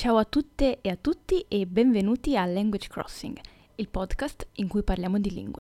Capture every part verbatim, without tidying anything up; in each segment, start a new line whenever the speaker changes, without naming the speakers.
Ciao a tutte e a tutti e benvenuti a Language Crossing, il podcast in cui parliamo di lingue.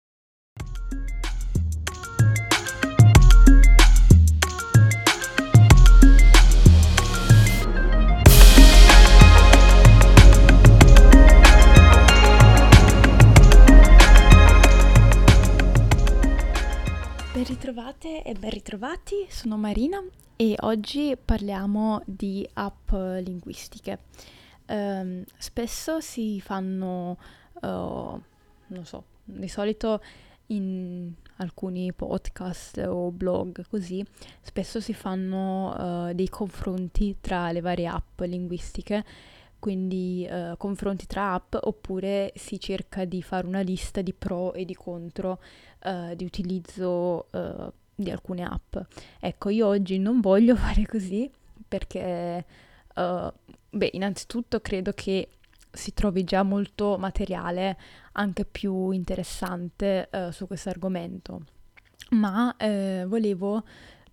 Ben ritrovate e ben ritrovati, sono Marina e oggi parliamo di app linguistiche. Um, spesso si fanno, uh, non so, di solito in alcuni podcast o blog così, spesso si fanno uh, dei confronti tra le varie app linguistiche, quindi uh, confronti tra app, oppure si cerca di fare una lista di pro e di contro uh, di utilizzo uh, di alcune app. Ecco, io oggi non voglio fare così perché, uh, beh, innanzitutto credo che si trovi già molto materiale anche più interessante uh, su questo argomento, ma eh, volevo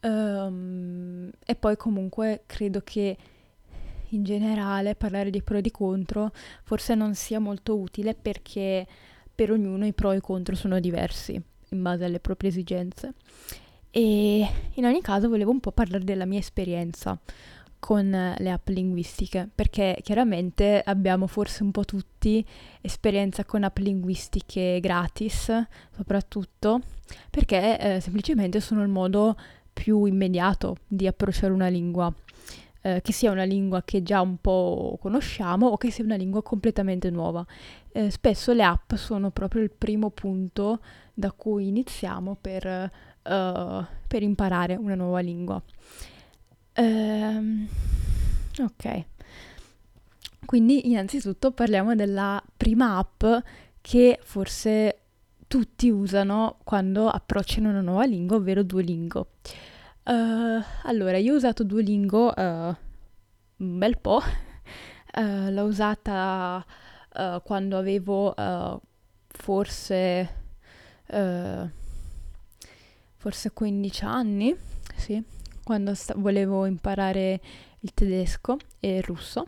um, e poi comunque credo che in generale parlare di pro e di contro forse non sia molto utile perché per ognuno i pro e i contro sono diversi in base alle proprie esigenze. E in ogni caso volevo un po' parlare della mia esperienza con le app linguistiche, perché chiaramente abbiamo forse un po' tutti esperienza con app linguistiche gratis, soprattutto perché eh, semplicemente sono il modo più immediato di approcciare una lingua. Eh, che sia una lingua che già un po' conosciamo o che sia una lingua completamente nuova. Eh, spesso le app sono proprio il primo punto da cui iniziamo per, uh, per imparare una nuova lingua. Ehm, ok, quindi innanzitutto parliamo della prima app che forse tutti usano quando approcciano una nuova lingua, ovvero Duolingo. Uh, allora, io ho usato Duolingo uh, un bel po', uh, l'ho usata uh, quando avevo uh, forse, uh, forse quindici anni, sì, quando sta- volevo imparare il tedesco e il russo,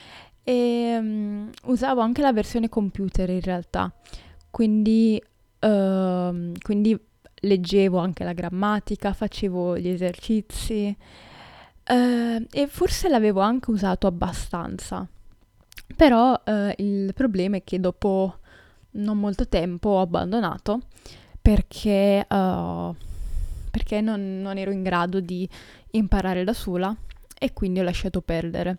e um, usavo anche la versione computer in realtà, quindi, uh, quindi leggevo anche la grammatica, facevo gli esercizi eh, e forse l'avevo anche usato abbastanza. Però eh, il problema è che dopo non molto tempo ho abbandonato perché, uh, perché non, non ero in grado di imparare da sola e quindi ho lasciato perdere.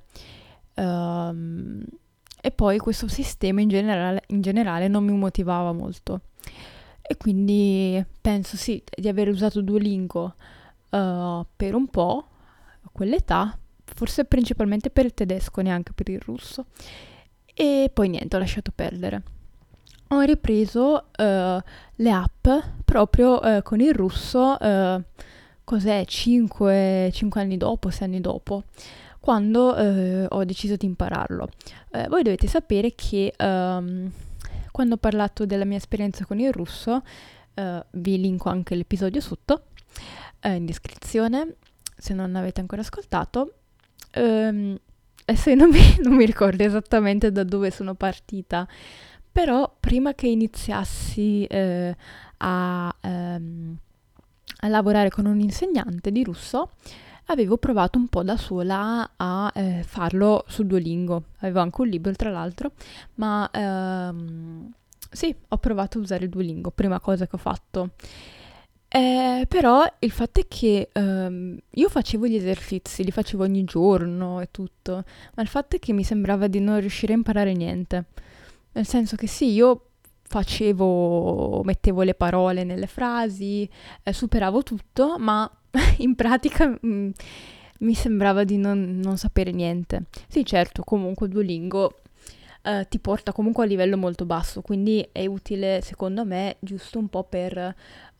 Um, e poi questo sistema in generale, in generale non mi motivava molto. E quindi penso sì di aver usato Duolingo uh, per un po' a quell'età, forse principalmente per il tedesco, neanche per il russo. E poi niente, ho lasciato perdere. Ho ripreso uh, le app proprio uh, con il russo, uh, cos'è, cinque anni dopo, sei anni dopo, quando uh, ho deciso di impararlo. Uh, voi dovete sapere che um, quando ho parlato della mia esperienza con il russo, uh, vi linko anche l'episodio sotto, uh, in descrizione, se non avete ancora ascoltato. Um, adesso io non mi, non mi ricordo esattamente da dove sono partita, però prima che iniziassi uh, a, um, a lavorare con un insegnante di russo, avevo provato un po' da sola a eh, farlo su Duolingo. Avevo anche un libro, tra l'altro, ma ehm, sì, ho provato a usare Duolingo, prima cosa che ho fatto. Eh, però il fatto è che ehm, io facevo gli esercizi, li facevo ogni giorno e tutto, ma il fatto è che mi sembrava di non riuscire a imparare niente. Nel senso che sì, io facevo, mettevo le parole nelle frasi, eh, superavo tutto, ma in pratica mh, mi sembrava di non, non sapere niente. Sì, certo, comunque Duolingo eh, ti porta comunque a livello molto basso, quindi è utile secondo me giusto un po' per,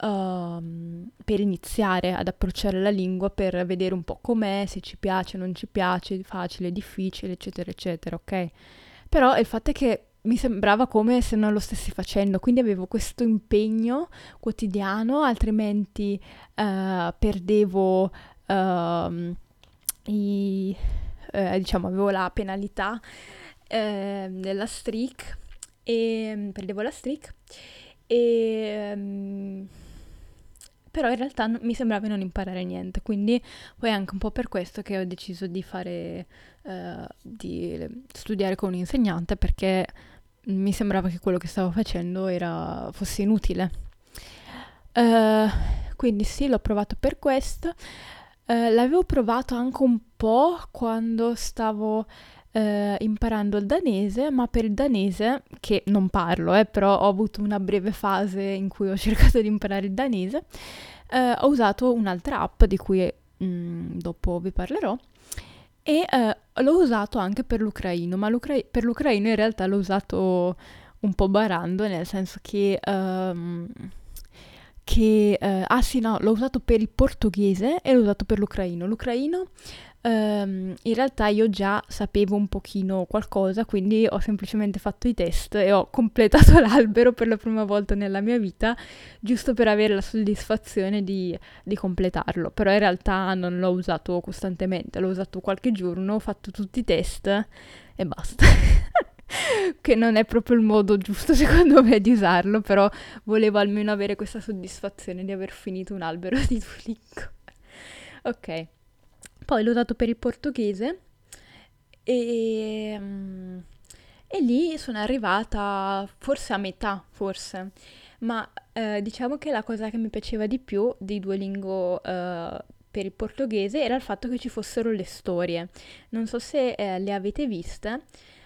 uh, per iniziare ad approcciare la lingua, per vedere un po' com'è, se ci piace, non ci piace, facile, difficile, eccetera, eccetera, ok? Però il fatto è che mi sembrava come se non lo stessi facendo, quindi avevo questo impegno quotidiano, altrimenti uh, perdevo uh, i, eh, diciamo avevo la penalità eh, della streak e perdevo la streak e um, però in realtà no, mi sembrava non imparare niente, quindi poi è anche un po' per questo che ho deciso di fare uh, di studiare con un insegnante, perché mi sembrava che quello che stavo facendo era fosse inutile. Uh, quindi sì, l'ho provato per questo. Uh, l'avevo provato anche un po' quando stavo Uh, imparando il danese, ma per il danese, che non parlo, eh, però ho avuto una breve fase in cui ho cercato di imparare il danese, uh, ho usato un'altra app di cui mm, dopo vi parlerò, e uh, l'ho usato anche per l'ucraino, ma l'ucra- per l'ucraino in realtà l'ho usato un po' barando, nel senso che... Um, che uh, ah sì, no, l'ho usato per il portoghese e l'ho usato per l'ucraino. L'ucraino Um, in realtà io già sapevo un pochino qualcosa, quindi ho semplicemente fatto i test e ho completato l'albero per la prima volta nella mia vita, giusto per avere la soddisfazione di, di completarlo. Però in realtà non l'ho usato costantemente, l'ho usato qualche giorno, ho fatto tutti i test e basta. Che non è proprio il modo giusto secondo me di usarlo, però volevo almeno avere questa soddisfazione di aver finito un albero di Duolingo. Ok. Poi l'ho usato per il portoghese e, mm, e lì sono arrivata forse a metà, forse. Ma eh, diciamo che la cosa che mi piaceva di più di Duolingo eh, per il portoghese era il fatto che ci fossero le storie. Non so se eh, le avete viste.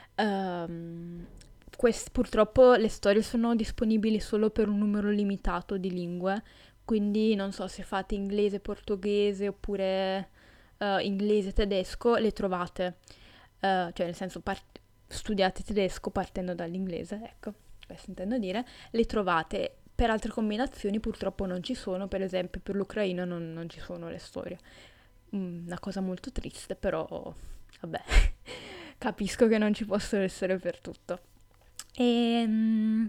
ehm, quest- purtroppo le storie sono disponibili solo per un numero limitato di lingue, quindi non so se fate inglese, portoghese oppure uh, inglese, tedesco, le trovate. Uh, cioè nel senso part- studiate tedesco partendo dall'inglese, ecco, questo intendo dire, le trovate. Per altre combinazioni purtroppo non ci sono, per esempio per l'ucraino non, non ci sono le storie. Mm, una cosa molto triste, però vabbè, capisco che non ci possono essere per tutto. E, mm,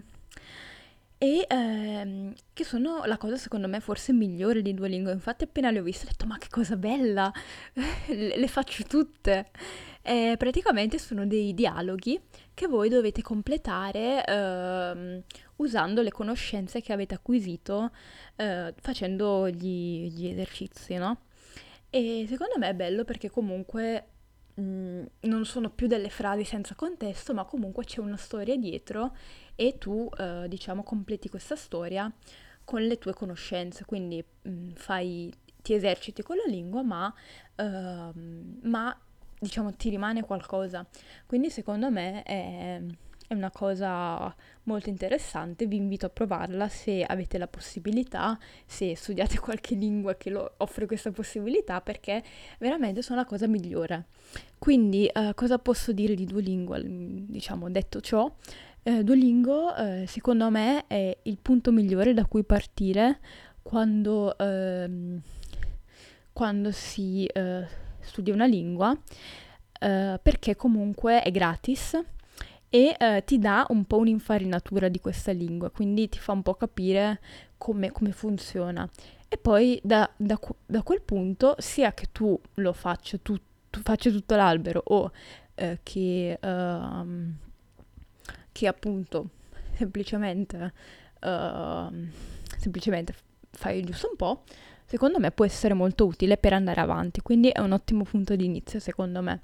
e ehm, che sono la cosa secondo me forse migliore di Duolingo. Infatti appena le ho viste ho detto ma che cosa bella, le, le faccio tutte. E praticamente sono dei dialoghi che voi dovete completare ehm, usando le conoscenze che avete acquisito eh, facendo gli, gli esercizi, no? E secondo me è bello perché comunque mh, non sono più delle frasi senza contesto, ma comunque c'è una storia dietro e tu, eh, diciamo, completi questa storia con le tue conoscenze, quindi mh, fai, ti eserciti con la lingua, ma, ehm, ma diciamo ti rimane qualcosa. Quindi secondo me è, è una cosa molto interessante, vi invito a provarla se avete la possibilità, se studiate qualche lingua che lo offre questa possibilità, perché veramente sono la cosa migliore. Quindi eh, cosa posso dire di Duolingo? Diciamo, detto ciò, eh, Duolingo eh, secondo me è il punto migliore da cui partire quando, ehm, quando si eh, studia una lingua, eh, perché comunque è gratis e eh, ti dà un po' un'infarinatura di questa lingua, quindi ti fa un po' capire come, come funziona. E poi da, da, da quel punto, sia che tu lo faccia, tu, tu faccia tutto l'albero o eh, che, ehm, che appunto semplicemente, ehm, semplicemente fai giusto un po', secondo me può essere molto utile per andare avanti, quindi è un ottimo punto di inizio secondo me.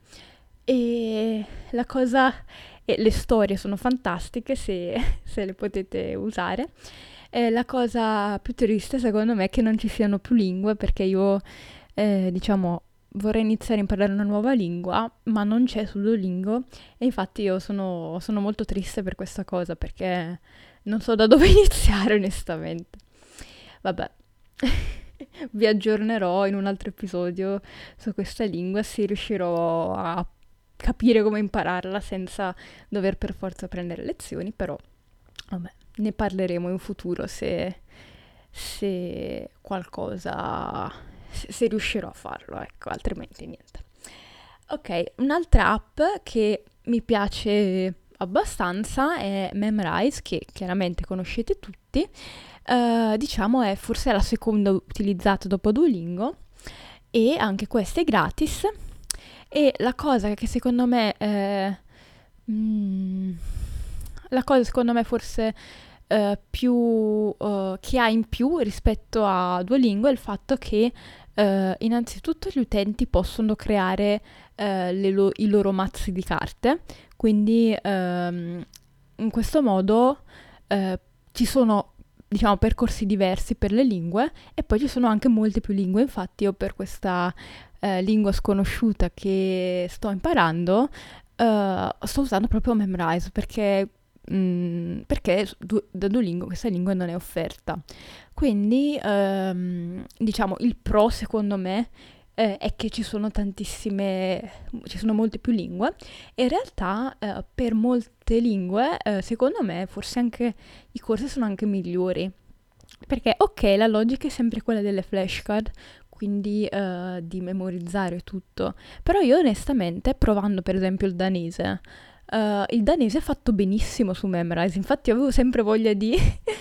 E la cosa, e le storie sono fantastiche se, se le potete usare. E la cosa più triste secondo me è che non ci siano più lingue, perché io, eh, diciamo, vorrei iniziare a imparare una nuova lingua, ma non c'è su Duolingo e infatti io sono, sono molto triste per questa cosa, perché non so da dove iniziare onestamente. Vabbè, vi aggiornerò in un altro episodio su questa lingua se riuscirò a capire come impararla senza dover per forza prendere lezioni, però vabbè, ne parleremo in futuro se, se qualcosa, se, se riuscirò a farlo, ecco, altrimenti niente. Ok, un'altra app che mi piace abbastanza è Memrise, che chiaramente conoscete tutti. Uh, diciamo è forse la seconda utilizzata dopo Duolingo e anche questa è gratis E la cosa che secondo me, eh, mm, la cosa secondo me forse eh, più, eh, che ha in più rispetto a Duolingo è il fatto che eh, innanzitutto gli utenti possono creare eh, le lo- i loro mazzi di carte, quindi ehm, in questo modo eh, ci sono, diciamo, percorsi diversi per le lingue e poi ci sono anche molte più lingue. Infatti io per questa eh, lingua sconosciuta che sto imparando eh, sto usando proprio Memrise perché, mm, perché su- du- da Duolingo questa lingua non è offerta. Quindi ehm, diciamo il pro secondo me eh, è che ci sono tantissime, ci sono molte più lingue e in realtà eh, per molte lingue eh, secondo me forse anche i corsi sono anche migliori. Perché ok, la logica è sempre quella delle flashcard, quindi eh, di memorizzare tutto, però io onestamente, provando per esempio il danese, eh, il danese è fatto benissimo su Memrise, infatti avevo sempre voglia di,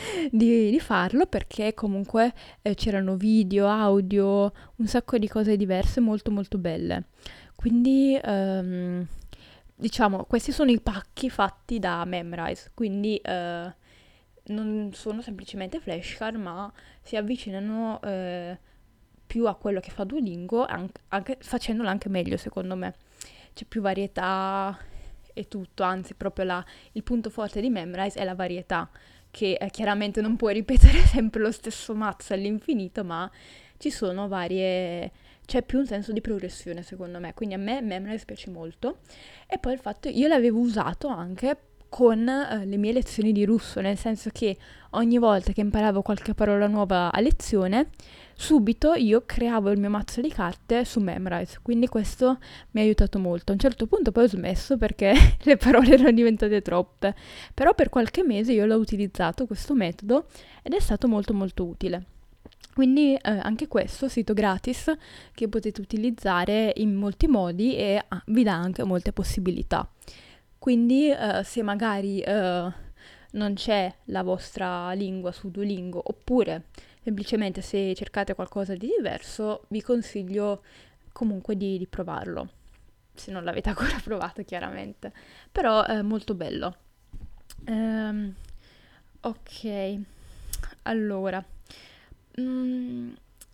di- di farlo perché comunque eh, c'erano video, audio, un sacco di cose diverse molto molto belle. Quindi ehm, diciamo, questi sono i pacchi fatti da Memrise, quindi eh, non sono semplicemente flashcard, ma si avvicinano eh, più a quello che fa Duolingo, anche, anche- facendolo anche meglio secondo me. C'è più varietà e tutto, anzi proprio la- il punto forte di Memrise è la varietà, che eh, chiaramente non puoi ripetere sempre lo stesso mazzo all'infinito, ma ci sono varie... c'è più un senso di progressione secondo me, quindi a me Memrise piace molto. E poi il fatto, io l'avevo usato anche con eh, le mie lezioni di russo, nel senso che ogni volta che imparavo qualche parola nuova a lezione, subito io creavo il mio mazzo di carte su Memrise, quindi questo mi ha aiutato molto. A un certo punto poi ho smesso perché le parole erano diventate troppe, però per qualche mese io l'ho utilizzato questo metodo ed è stato molto molto utile. Quindi eh, anche questo sito gratis che potete utilizzare in molti modi e ah, vi dà anche molte possibilità. Quindi eh, se magari eh, non c'è la vostra lingua su Duolingo oppure semplicemente se cercate qualcosa di diverso, vi consiglio comunque di, di provarlo, se non l'avete ancora provato chiaramente. Però è molto bello. Ehm, ok, allora, mm,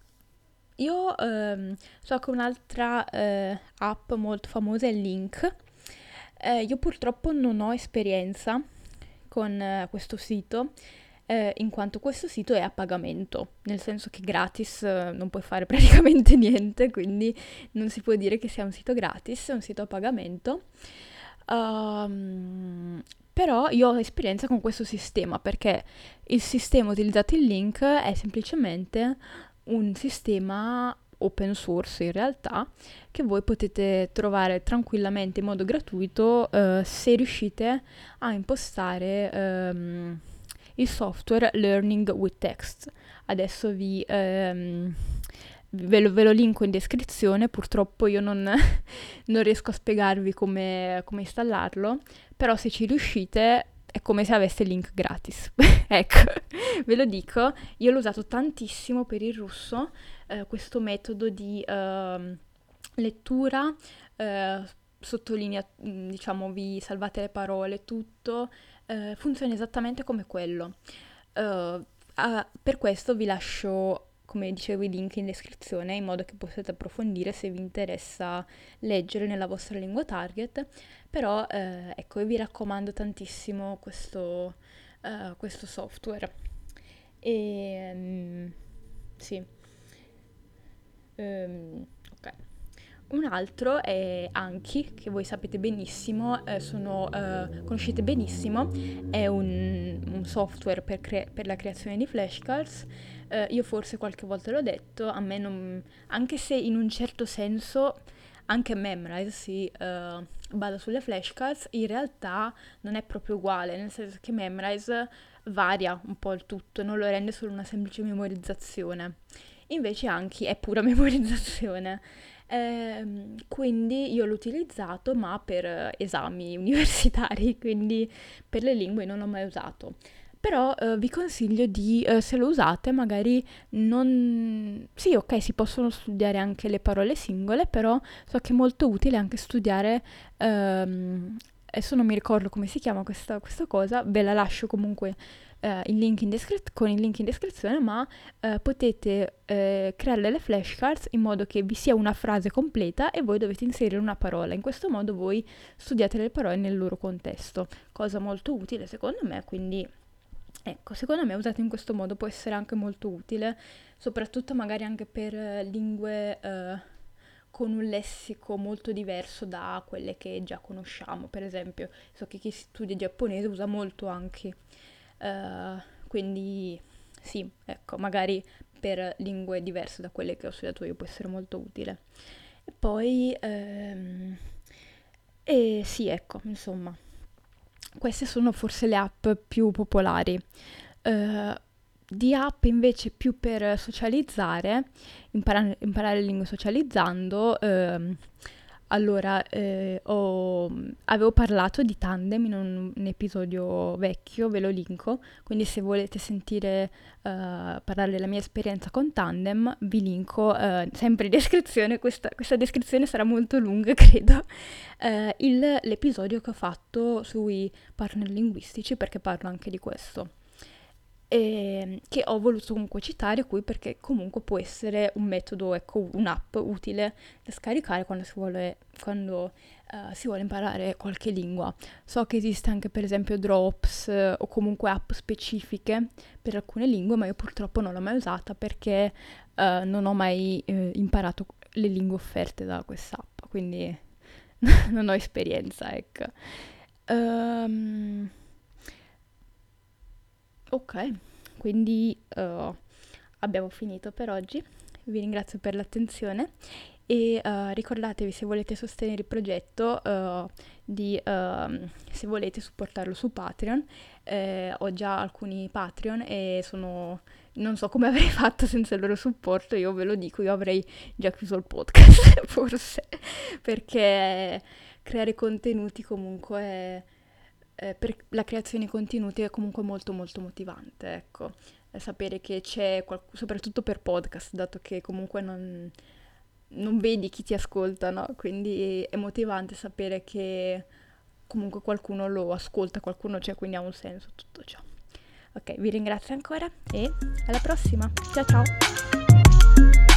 io ehm, so che un'altra eh, app molto famosa è Link. Eh, io purtroppo non ho esperienza con eh, questo sito, eh, in quanto questo sito è a pagamento, nel senso che gratis eh, non puoi fare praticamente niente, quindi non si può dire che sia un sito gratis, è un sito a pagamento. Um, però io ho esperienza con questo sistema perché il sistema utilizzato in Link è semplicemente un sistema open source in realtà che voi potete trovare tranquillamente in modo gratuito eh, se riuscite a impostare ehm, il software Learning with Text. Adesso vi, ehm, ve, lo, ve lo linko in descrizione, purtroppo io non, non riesco a spiegarvi come, come installarlo, però se ci riuscite è come se aveste il link gratis. Ecco, ve lo dico, io l'ho usato tantissimo per il russo, eh, questo metodo di ehm, lettura, eh, sottolinea, mm, diciamo, vi salvate le parole, tutto, eh, funziona esattamente come quello. Eh, ah, per questo vi lascio, come dicevo, i link in descrizione in modo che possiate approfondire se vi interessa leggere nella vostra lingua target. Però eh, ecco, io vi raccomando tantissimo questo, eh, questo software. E mm, sì. Ehm, ok. Un altro è Anki, che voi sapete benissimo, eh, sono, eh, conoscete benissimo, è un, un software per, cre- per la creazione di flashcards. Eh, io forse qualche volta l'ho detto, a me non... anche se in un certo senso anche Memrise si eh, basa sulle flashcards, in realtà non è proprio uguale, nel senso che Memrise varia un po' il tutto, non lo rende solo una semplice memorizzazione. Invece Anki è pura memorizzazione. Ehm, quindi io l'ho utilizzato ma per eh, esami universitari, quindi per le lingue non l'ho mai usato. però eh, vi consiglio di, eh, se lo usate, magari non... Sì, ok, si possono studiare anche le parole singole, però so che è molto utile anche studiare... ehm, adesso non mi ricordo come si chiama questa, questa cosa, ve la lascio comunque eh, il link in descri- con il link in descrizione, ma eh, potete eh, creare delle flashcards in modo che vi sia una frase completa e voi dovete inserire una parola. In questo modo voi studiate le parole nel loro contesto, cosa molto utile secondo me, quindi ecco, secondo me usato in questo modo può essere anche molto utile, soprattutto magari anche per eh, lingue eh, con un lessico molto diverso da quelle che già conosciamo. Per esempio, so che chi studia giapponese usa molto anche, eh, quindi sì, ecco, magari per lingue diverse da quelle che ho studiato io può essere molto utile. E poi, ehm, e sì, ecco, insomma, queste sono forse le app più popolari. Eh, di app invece più per socializzare, imparare, imparare le lingue socializzando, ehm, allora eh, ho- avevo parlato di Tandem in un, un episodio vecchio, ve lo linko, quindi se volete sentire eh, parlare della mia esperienza con Tandem, vi linko eh, sempre in descrizione, questa, questa descrizione sarà molto lunga, credo, eh, il- l'episodio che ho fatto sui partner linguistici, perché parlo anche di questo. E che ho voluto comunque citare qui perché comunque può essere un metodo, ecco, un'app utile da scaricare quando si vuole, quando, eh, si vuole imparare qualche lingua. So che esiste anche per esempio Drops eh, o comunque app specifiche per alcune lingue, ma io purtroppo non l'ho mai usata perché eh, non ho mai eh, imparato le lingue offerte da quest'app, quindi non ho esperienza, ecco. Ehm, ok, quindi eh, abbiamo finito per oggi. Vi ringrazio per l'attenzione e eh, ricordatevi, se volete sostenere il progetto, eh, di ehm, se volete supportarlo su Patreon. Eh, ho già alcuni Patreon e sono non so come avrei fatto senza il loro supporto, io ve lo dico, io avrei già chiuso il podcast, forse, perché creare contenuti comunque è- eh, per la creazione di contenuti è comunque molto molto motivante, ecco. Eh, sapere che c'è, qual- soprattutto per podcast, dato che comunque non, non vedi chi ti ascolta, no? Quindi è motivante sapere che comunque qualcuno lo ascolta, qualcuno c'è, quindi ha un senso tutto ciò. Ok, vi ringrazio ancora e alla prossima. Ciao ciao!